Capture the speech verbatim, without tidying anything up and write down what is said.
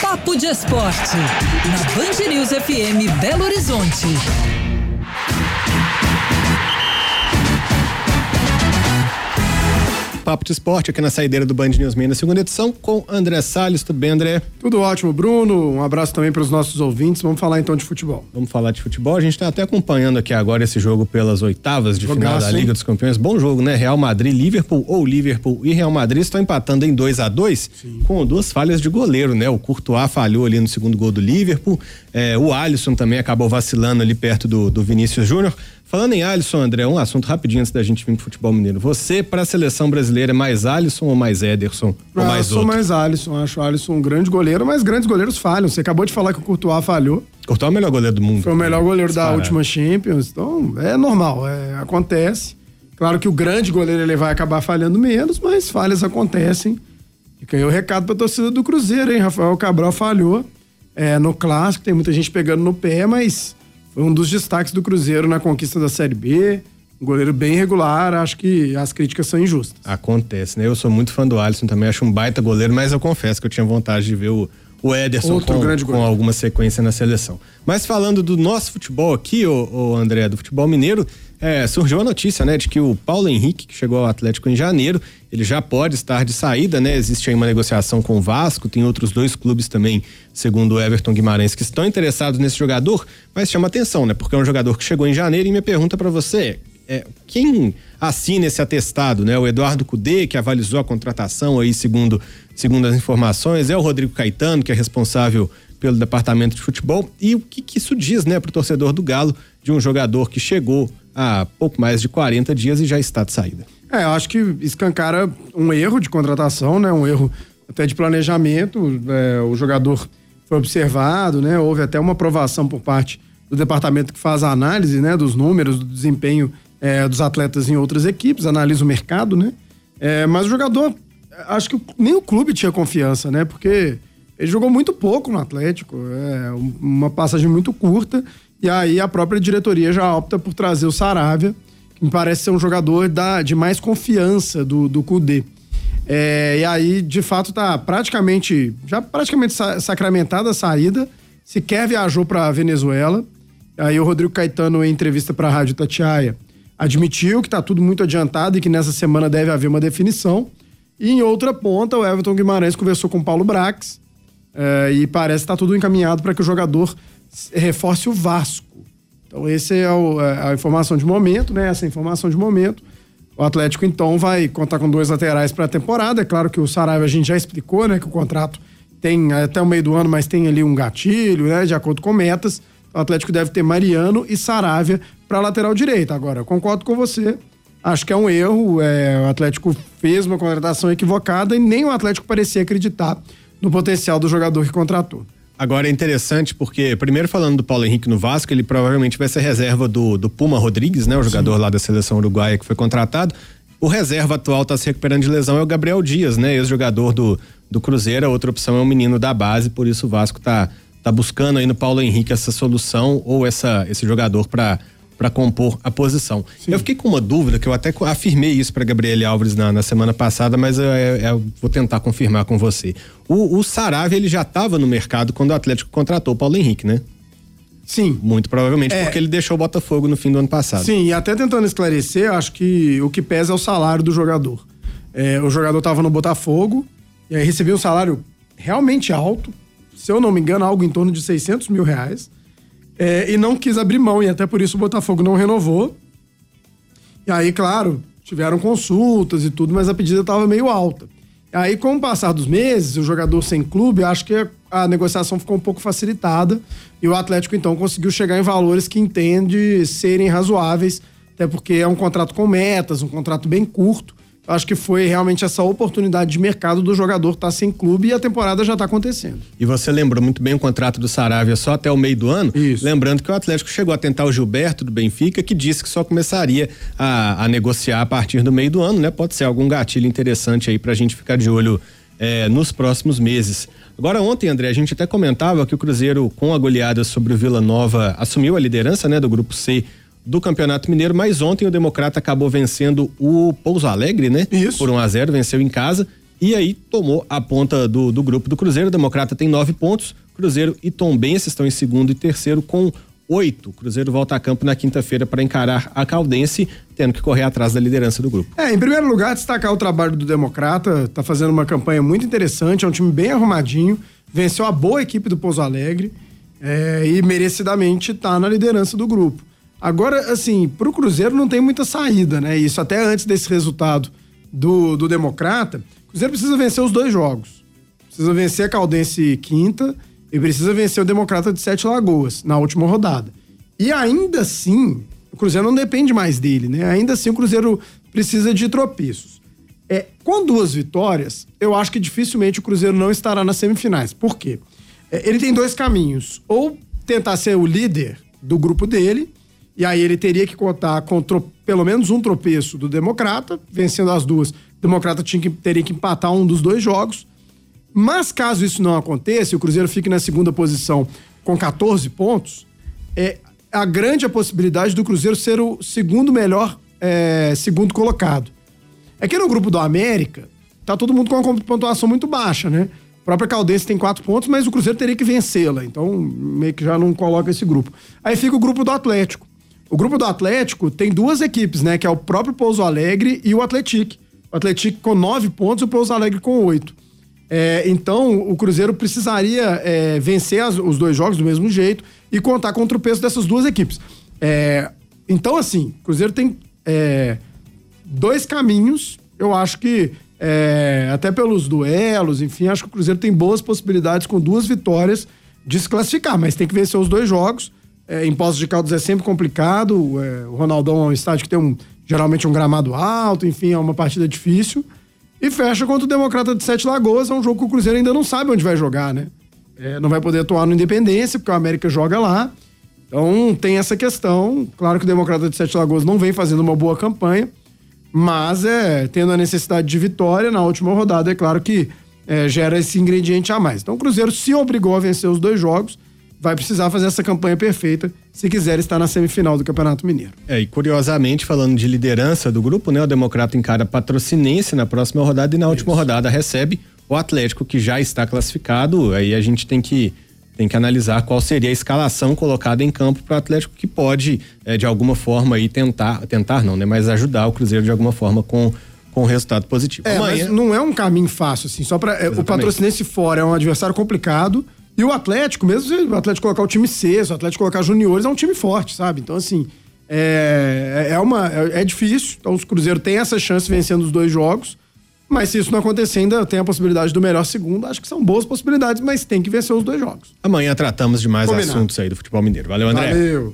Papo de Esporte, na Band News F M Belo Horizonte. Papo de Esporte aqui na saideira do Band News Meia, na segunda edição, com André Salles. Tudo bem, André? Tudo ótimo, Bruno. Um abraço também para os nossos ouvintes. Vamos falar então de futebol. Vamos falar de futebol. A gente está até acompanhando aqui agora esse jogo pelas oitavas de Jogaço, final da hein? Liga dos Campeões. Bom jogo, né? Real Madrid, Liverpool ou Liverpool e Real Madrid estão empatando em dois a dois, com duas falhas de goleiro, né? O Courtois falhou ali no segundo gol do Liverpool. É, o Alisson também acabou vacilando ali perto do, do Vinícius Júnior. Falando em Alisson, André, um assunto rapidinho antes da gente vir pro futebol mineiro. Você, para a seleção brasileira, é mais Alisson ou mais Ederson? Ou ah, mais eu sou outro? mais Alisson. Acho o Alisson um grande goleiro, mas grandes goleiros falham. Você acabou de falar que o Courtois falhou. Courtois é o melhor goleiro do mundo. Foi o melhor goleiro Disparado. da última Champions. Então, é normal, é, acontece. Claro que o grande goleiro ele vai acabar falhando menos, mas falhas acontecem. Fica aí o recado pra torcida do Cruzeiro, hein? Rafael Cabral falhou é, no clássico, tem muita gente pegando no pé, mas foi um dos destaques do Cruzeiro na conquista da Série B. Um goleiro bem regular, acho que as críticas são injustas. Acontece, né? Eu sou muito fã do Alisson também, acho um baita goleiro, mas eu confesso que eu tinha vontade de ver o, o Ederson Outro com, grande com goleiro. alguma sequência na seleção. Mas falando do nosso futebol aqui, ô, ô André, do futebol mineiro, é, surgiu a notícia, né, de que o Paulo Henrique, que chegou ao Atlético em janeiro, ele já pode estar de saída, né? Existe aí uma negociação com o Vasco, tem outros dois clubes também, segundo o Everton Guimarães, que estão interessados nesse jogador, mas chama atenção, né? Porque é um jogador que chegou em janeiro e minha pergunta pra você é, quem assina esse atestado, né? O Eduardo Cudê, que avalizou a contratação aí, segundo, segundo as informações, é o Rodrigo Caetano, que é responsável pelo departamento de futebol, e o que, que isso diz, né, pro torcedor do Galo, de um jogador que chegou há pouco mais de quarenta dias e já está de saída. É, eu acho que escancara um erro de contratação, né? Um erro até de planejamento. É, o jogador foi observado, né? Houve até uma aprovação por parte do departamento que faz a análise, né? Dos números, do desempenho é, dos atletas em outras equipes, analisa o mercado, né? É, mas o jogador, acho que nem o clube tinha confiança, né? Porque ele jogou muito pouco no Atlético, é uma passagem muito curta, e aí a própria diretoria já opta por trazer o Saravia, que me parece ser um jogador da, de mais confiança do, do Cudê. É, e aí, de fato, tá praticamente, já praticamente sa- sacramentada a saída, sequer viajou para Venezuela. Aí o Rodrigo Caetano, em entrevista para a Rádio Itatiaia, admitiu que tá tudo muito adiantado e que nessa semana deve haver uma definição. E em outra ponta, o Everton Guimarães conversou com o Paulo Brax, é, e parece que tá tudo encaminhado para que o jogador reforce o Vasco. Então, essa é o, a informação de momento, né? Essa informação de momento. O Atlético, então, vai contar com dois laterais para a temporada. É claro que o Saravia a gente já explicou, né? Que o contrato tem até o meio do ano, mas tem ali um gatilho, né? De acordo com metas. O Atlético deve ter Mariano e Saravia para lateral direita. Agora, eu concordo com você. Acho que é um erro. É, o Atlético fez uma contratação equivocada e nem o Atlético parecia acreditar no potencial do jogador que contratou. Agora é interessante porque, primeiro falando do Paulo Henrique no Vasco, ele provavelmente vai ser reserva do, do Puma Rodrigues, né? O jogador Sim. lá da seleção uruguaia que foi contratado. O reserva atual está se recuperando de lesão é o Gabriel Dias, né? Ex-jogador do, do Cruzeiro. A outra opção é um menino da base, por isso o Vasco tá, tá buscando aí no Paulo Henrique essa solução ou essa, esse jogador para para compor a posição. Sim. Eu fiquei com uma dúvida, que eu até afirmei isso para Gabriele Alves na, na semana passada, mas eu, eu, eu vou tentar confirmar com você. O, o Saravia, ele já estava no mercado quando o Atlético contratou o Paulo Henrique, né? Sim. Muito provavelmente, é, porque ele deixou o Botafogo no fim do ano passado. Sim, e até tentando esclarecer, acho que o que pesa é o salário do jogador. É, o jogador estava no Botafogo e aí recebia um salário realmente alto, se eu não me engano, algo em torno de seiscentos mil reais. É, e não quis abrir mão, e até por isso o Botafogo não renovou. E aí, claro, tiveram consultas e tudo, mas a pedida estava meio alta. E aí, com o passar dos meses, o jogador sem clube, acho que a negociação ficou um pouco facilitada e o Atlético, então, conseguiu chegar em valores que entende serem razoáveis, até porque é um contrato com metas, um contrato bem curto. Acho que foi realmente essa oportunidade de mercado do jogador estar sem clube e a temporada já está acontecendo. E você lembrou muito bem o contrato do Saravia só até o meio do ano? Isso. Lembrando que o Atlético chegou a tentar o Gilberto do Benfica, que disse que só começaria a, a negociar a partir do meio do ano, né? Pode ser algum gatilho interessante aí pra gente ficar de olho é, nos próximos meses. Agora, ontem, André, a gente até comentava que o Cruzeiro, com a goleada sobre o Vila Nova, assumiu a liderança, né, do Grupo C do Campeonato Mineiro, mas ontem o Democrata acabou vencendo o Pouso Alegre, né? Isso. Por um a zero, venceu em casa e aí tomou a ponta do, do grupo do Cruzeiro. O Democrata tem nove pontos, Cruzeiro e Tombense estão em segundo e terceiro com oito. O Cruzeiro volta a campo na quinta-feira para encarar a Caldense, tendo que correr atrás da liderança do grupo. É, em primeiro lugar, destacar o trabalho do Democrata, tá fazendo uma campanha muito interessante, é um time bem arrumadinho, venceu a boa equipe do Pouso Alegre é, e merecidamente tá na liderança do grupo. Agora, assim, pro Cruzeiro não tem muita saída, né? Isso até antes desse resultado do, do Democrata, o Cruzeiro precisa vencer os dois jogos. Precisa vencer a Caldense quinta e precisa vencer o Democrata de Sete Lagoas na última rodada. E ainda assim, o Cruzeiro não depende mais dele, né? Ainda assim o Cruzeiro precisa de tropeços. É, com duas vitórias, eu acho que dificilmente o Cruzeiro não estará nas semifinais. Por quê? É, ele tem dois caminhos. Ou tentar ser o líder do grupo dele, e aí ele teria que contar com tro- pelo menos um tropeço do Democrata, vencendo as duas. O Democrata tinha que, teria que empatar um dos dois jogos. Mas caso isso não aconteça e o Cruzeiro fique na segunda posição com catorze pontos, é a grande a possibilidade do Cruzeiro ser o segundo melhor é, segundo colocado. É que no grupo do América, tá todo mundo com uma pontuação muito baixa, né? A própria Caldense tem quatro pontos, mas o Cruzeiro teria que vencê-la. Então, meio que já não coloca esse grupo. Aí fica o grupo do Atlético. O grupo do Atlético tem duas equipes, né? Que é o próprio Pouso Alegre e o Atlético. O Atlético com nove pontos e o Pouso Alegre com oito. É, então, o Cruzeiro precisaria é, vencer as, os dois jogos do mesmo jeito e contar contra o peso dessas duas equipes. É, então, assim, o Cruzeiro tem é, dois caminhos. Eu acho que, é, até pelos duelos, enfim, acho que o Cruzeiro tem boas possibilidades com duas vitórias de se classificar, mas tem que vencer os dois jogos. É, em Poços de Caldas é sempre complicado. É, o Ronaldão é um estádio que tem um, geralmente um gramado alto, enfim, é uma partida difícil. E fecha contra o Democrata de Sete Lagoas, é um jogo que o Cruzeiro ainda não sabe onde vai jogar, né? É, não vai poder atuar no Independência, porque o América joga lá. Então tem essa questão. Claro que o Democrata de Sete Lagoas não vem fazendo uma boa campanha, mas é tendo a necessidade de vitória na última rodada, é claro que é, gera esse ingrediente a mais. Então o Cruzeiro se obrigou a vencer os dois jogos, vai precisar fazer essa campanha perfeita se quiser estar na semifinal do Campeonato Mineiro. É, e curiosamente, falando de liderança do grupo, né? O Democrata encara Patrocinense na próxima rodada e na última Isso. rodada recebe o Atlético, que já está classificado. Aí a gente tem que, tem que analisar qual seria a escalação colocada em campo para o Atlético, que pode, é, de alguma forma, aí tentar, tentar não, né? Mas ajudar o Cruzeiro de alguma forma com com um resultado positivo. É, Amanhã... mas não é um caminho fácil, assim, só para o Patrocinense fora é um adversário complicado. E o Atlético, mesmo se o Atlético colocar o time C, se o Atlético colocar juniores, é um time forte, sabe? Então, assim, é, é, uma, é, é difícil. Então, o Cruzeiro tem essa chance vencendo os dois jogos, mas se isso não acontecer, ainda tem a possibilidade do melhor segundo. Acho que são boas possibilidades, mas tem que vencer os dois jogos. Amanhã tratamos de mais Combinado. assuntos aí do futebol mineiro. Valeu, André. Valeu.